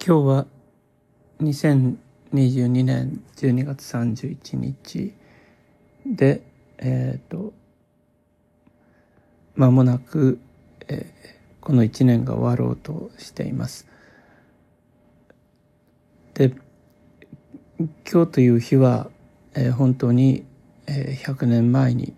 今日は2022年12月31日で、間もなく、この1年が終わろうとしています。で、今日という日は、本当に、100年前に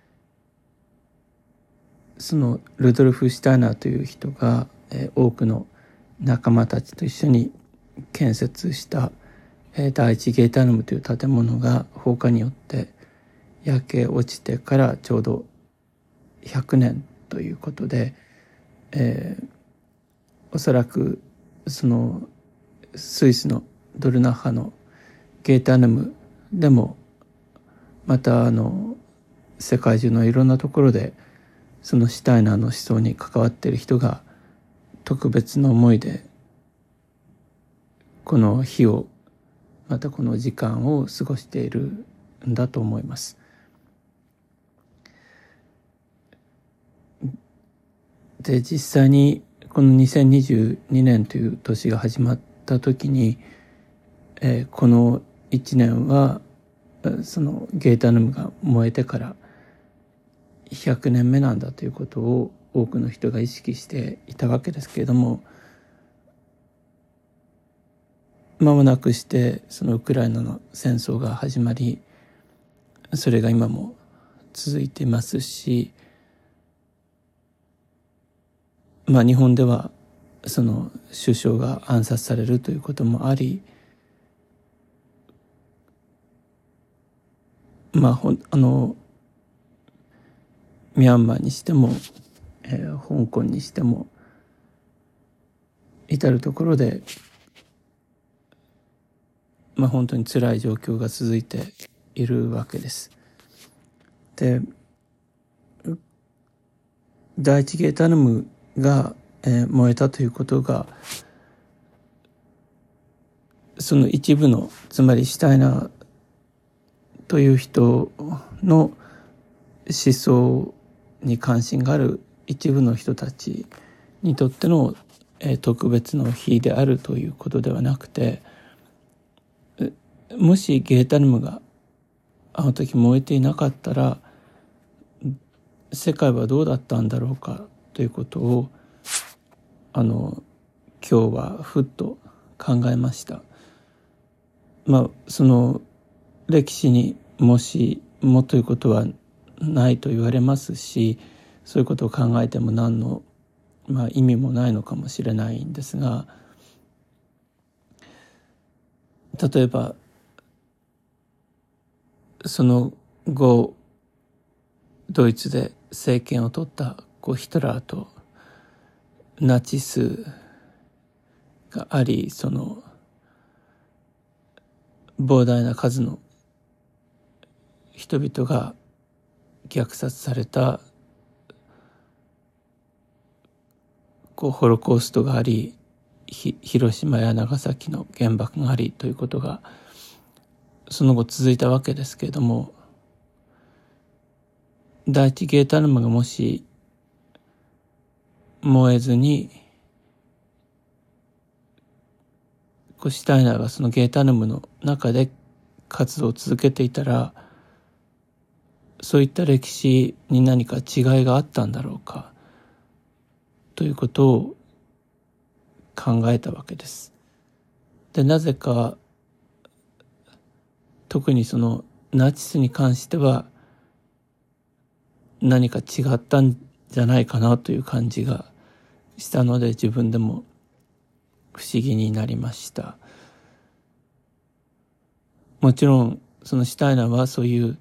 そのルドルフ・シュタイナーという人が、多くの仲間たちと一緒に建設した、第一ゲータヌムという建物が放火によって焼け落ちてからちょうど100年ということで、おそらくそのスイスのドルナッハのゲータヌムでもまた世界中のいろんなところでそのシュタイナーの思想に関わっている人が特別な思いでこの日をまたこの時間を過ごしているんだと思います。で、実際にこの2022年という年が始まった時に、この1年はそのゲータヌムが燃えてから100年目なんだということを多くの人が意識していたわけですけれども、間もなくしてそのウクライナの戦争が始まり、それが今も続いていますし、日本ではその首相が暗殺されるということもあり、ミャンマーにしても、香港にしても至るところで本当に辛い状況が続いているわけです。で、第一ゲータヌムが、燃えたということがその一部の、つまりシュタイナーという人の思想に関心がある一部の人たちにとっての、特別の日であるということではなくて、もしゲータヌムがあの時燃えていなかったら世界はどうだったんだろうかということを今日はふっと考えました。その歴史にもしもということはないと言われますし、そういうことを考えても何の、意味もないのかもしれないんですが、例えばその後ドイツで政権を取ったヒトラーとナチスがあり、その膨大な数の人々が虐殺されたホロコーストがあり、広島や長崎の原爆がありということがその後続いたわけですけれども、第一ゲータヌムがもし燃えずにシュタイナーがそのゲータヌムの中で活動を続けていたら、そういった歴史に何か違いがあったんだろうかということを考えたわけです。で、なぜか特にそのナチスに関しては何か違ったんじゃないかなという感じがしたので、自分でも不思議になりました。もちろんそのシュタイナーはそういう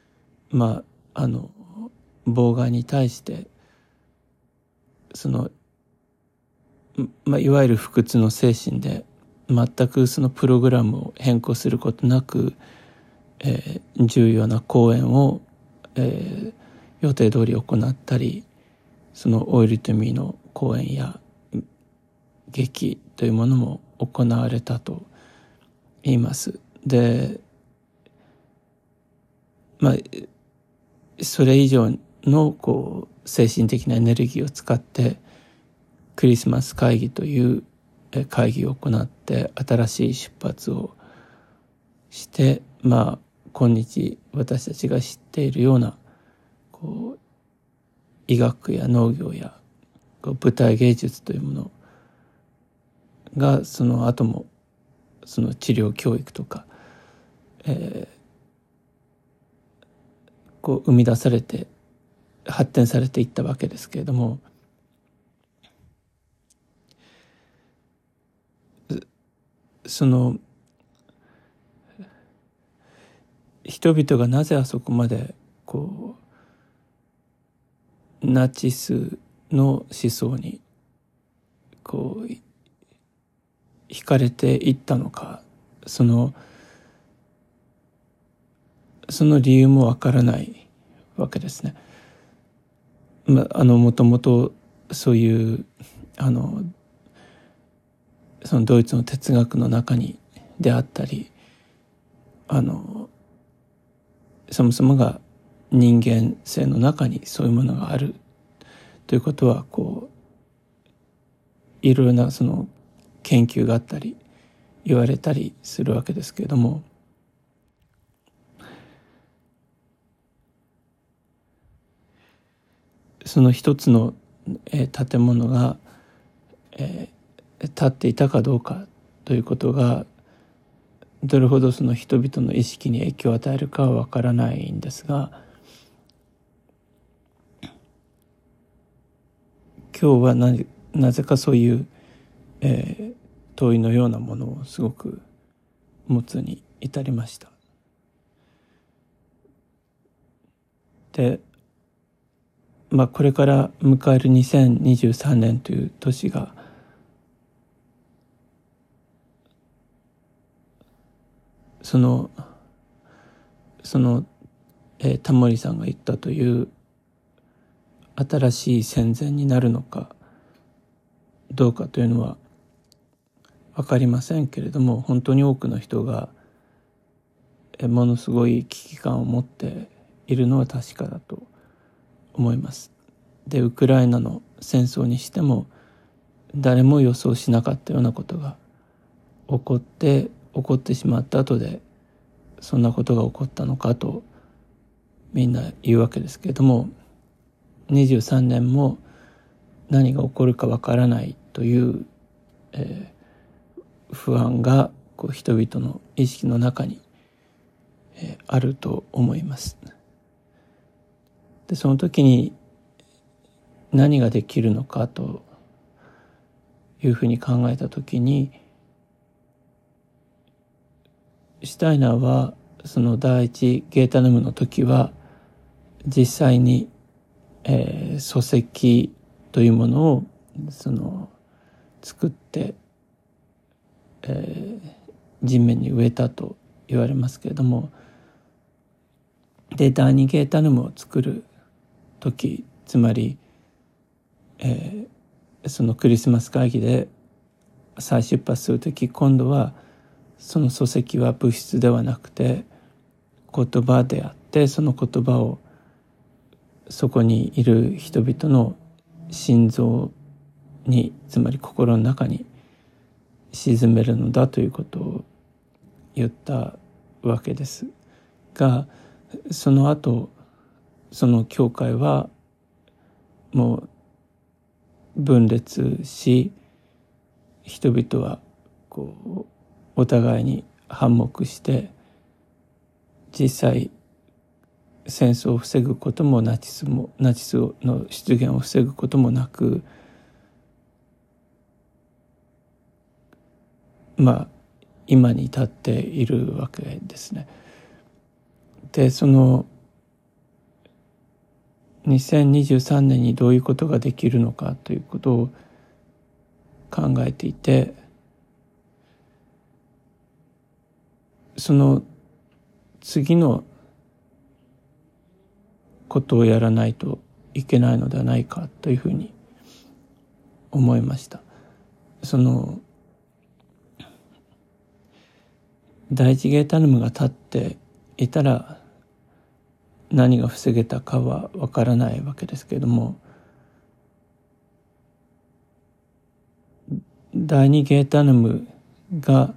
妨害に対してそのいわゆる不屈の精神で全くそのプログラムを変更することなく、重要な講演を、予定通り行ったり、そのオイル・トゥ・ミーの講演や劇というものも行われたと言います。で、それ以上の精神的なエネルギーを使ってクリスマス会議という、 会議を行って新しい出発をして、今日私たちが知っているような医学や農業や舞台芸術というものがその後もその治療教育とか、生み出されて発展されていったわけですけれども、その人々がなぜあそこまでナチスの思想に惹かれていったのか、その理由もわからないわけですね。もともとそういうそのドイツの哲学の中にであったり、そもそもが人間性の中にそういうものがあるということはいろいろなその研究があったり言われたりするわけですけれども、その一つの建物が立っていたかどうかということがどれほどその人々の意識に影響を与えるかはわからないんですが、今日はなぜかそういう、問いのようなものをすごく持つに至りました。で、これから迎える2023年という年がそのタモリさんが言ったという新しい戦前になるのかどうかというのは分かりませんけれども、本当に多くの人がものすごい危機感を持っているのは確かだと思います。で、ウクライナの戦争にしても誰も予想しなかったようなことが起こってしまった後でそんなことが起こったのかとみんな言うわけですけれども、23年も何が起こるかわからないという、不安が人々の意識の中に、あると思います。で、その時に何ができるのかというふうに考えた時に、シュタイナーはその第一ゲータヌムの時は実際に、礎石というものを作って、地面に植えたと言われますけれども、で第二ゲータヌムを作る時、つまり、そのクリスマス会議で再出発する時、今度はその礎石は物質ではなくて言葉であって、その言葉をそこにいる人々の心臓に、つまり心の中に沈めるのだということを言ったわけですが、その後その教会はもう分裂し、人々はお互いに反目して、実際戦争を防ぐこともナチスの出現を防ぐこともなく、今に至っているわけですね。で、その2023年にどういうことができるのかということを考えていて、その次のことをやらないといけないのではないかというふうに思いました。その第一ゲータヌムが立っていたら何が防げたかはわからないわけですけれども、 第二ゲータヌムが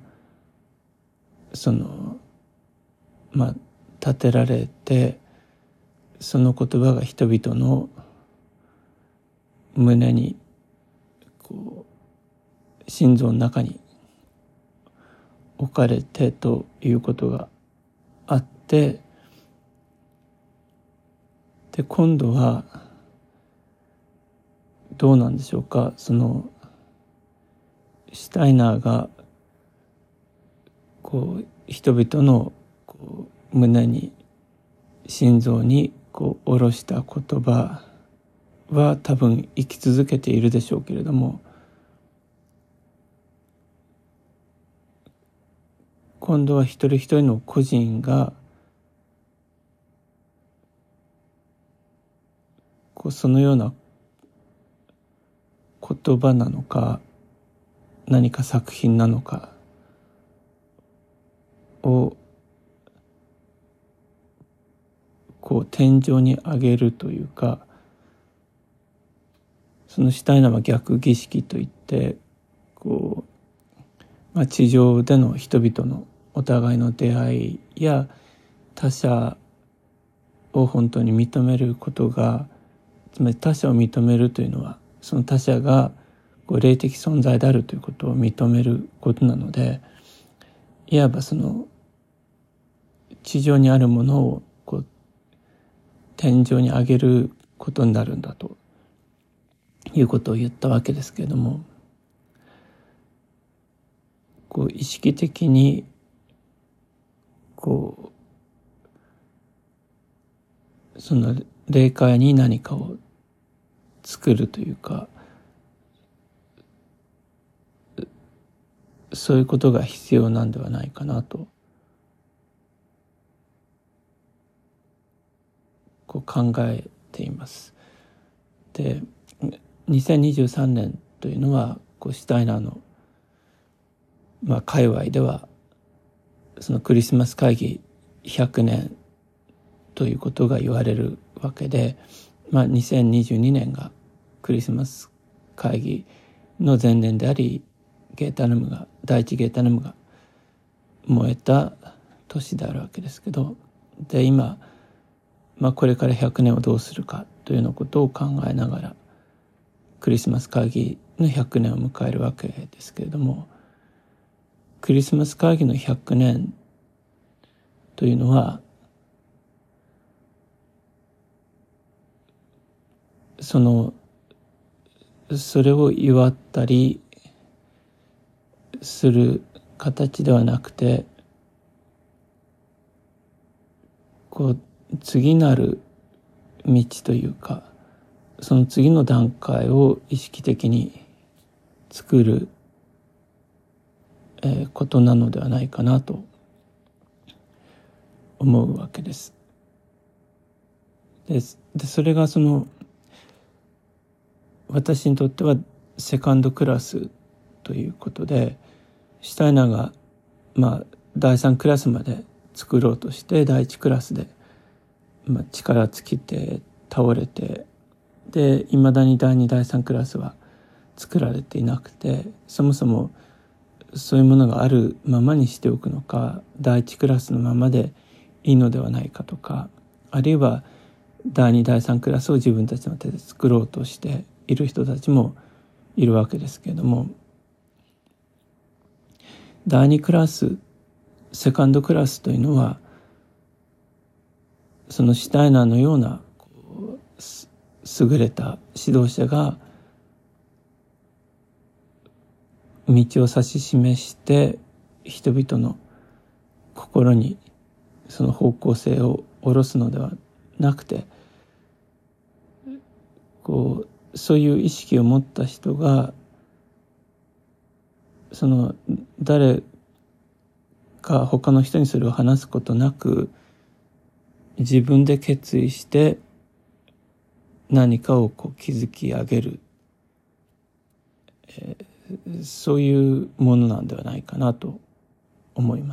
立てられて、その言葉が人々の胸に心臓の中に置かれてということがあって、で今度はどうなんでしょうか。シュタイナーが人々の胸に心臓に下ろした言葉は多分生き続けているでしょうけれども、今度は一人一人の個人がそのような言葉なのか何か作品なのかを天井に上げるというか、そのシュタイナーは逆儀式といって地上での人々のお互いの出会いや他者を本当に認めることが、つまり他者を認めるというのはその他者が霊的存在であるということを認めることなので、いわば地上にあるものを天井に上げることになるんだということを言ったわけですけれども、意識的にその霊界に何かを作るというか、そういうことが必要なんではないかなと考えています。で、2023年というのはシュタイナーの界隈ではそのクリスマス会議100年ということが言われるわけで、2022年がクリスマス会議の前年であり、第一ゲータヌムが燃えた年であるわけですけど、で今、これから100年をどうするかというようなことを考えながらクリスマス会議の100年を迎えるわけですけれども、クリスマス会議の100年というのはそれを祝ったりする形ではなくて、次なる道というか、その次の段階を意識的に作る、ことなのではないかなと思うわけです。でそれが私にとってはセカンドクラスということで、シュタイナーが第3クラスまで作ろうとして第1クラスで力尽きて倒れて、で未だに第2第3クラスは作られていなくて、そもそもそういうものがあるままにしておくのか、第1クラスのままでいいのではないかとか、あるいは第2第3クラスを自分たちの手で作ろうとしている人たちもいるわけですけれども、第2クラスセカンドクラスというのはそのシュタイナーのような優れた指導者が道を指し示して人々の心にその方向性を下ろすのではなくて、そういう意識を持った人が誰か他の人にそれを話すことなく自分で決意して何かを築き上げる、そういうものなんではないかなと思います。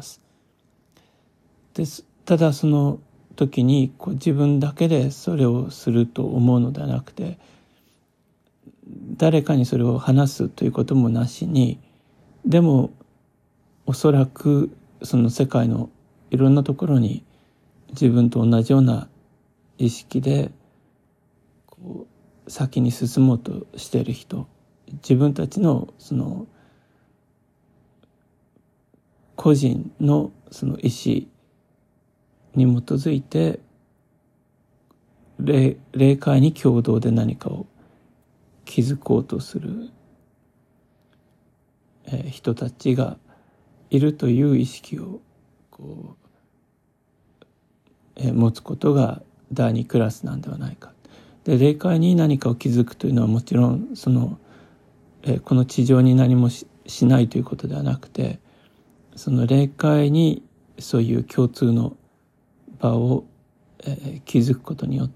ただその時に自分だけでそれをすると思うのではなくて、 誰かにそれを話すということもなしに、でもおそらくその世界のいろんなところに自分と同じような意識でこう先に進もうとしている人、自分たちのその個人のその意思に基づいて霊界に共同で何かを築こうとする、人たちがいるという意識をこう、持つことが第二クラスなんではないか。で、霊界に何かを築くというのはもちろんその、この地上に何も しないということではなくて、その霊界にそういう共通の場を、築くことによって、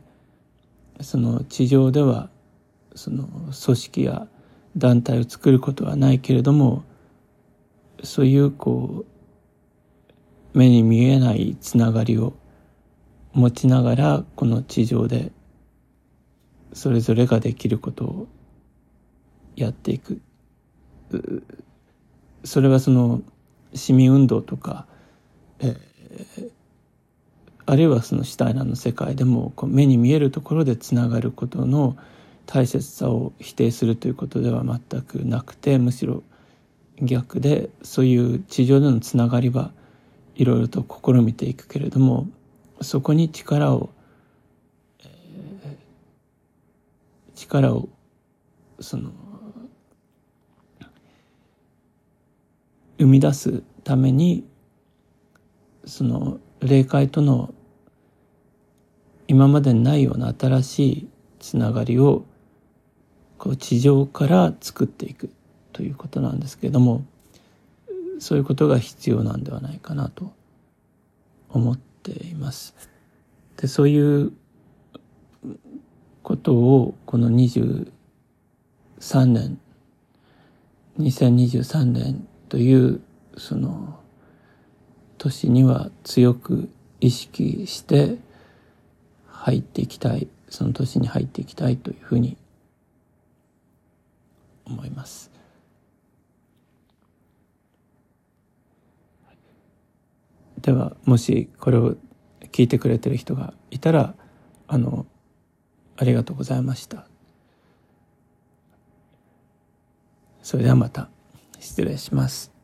その地上ではその組織や団体を作ることはないけれども、そういうこう目に見えないつながりを持ちながら、この地上でそれぞれができることをやっていく。それはその市民運動とか、あるいはそのシュタイナーの世界でもこう目に見えるところでつながることの大切さを否定するということでは全くなくて、むしろ逆で、そういう地上でのつながりはいろいろと試みていくけれども、そこに力をその生み出すために、その霊界との今までにないような新しいつながりをこう地上から作っていくということなんですけれども、そういうことが必要なんではないかなと思っています。で、そういうことをこの2023年というその年には強く意識して入っていきたい、その年に入っていきたいというふうに思います。では、もしこれを聞いてくれている人がいたら、ありがとうございました。それではまた失礼します。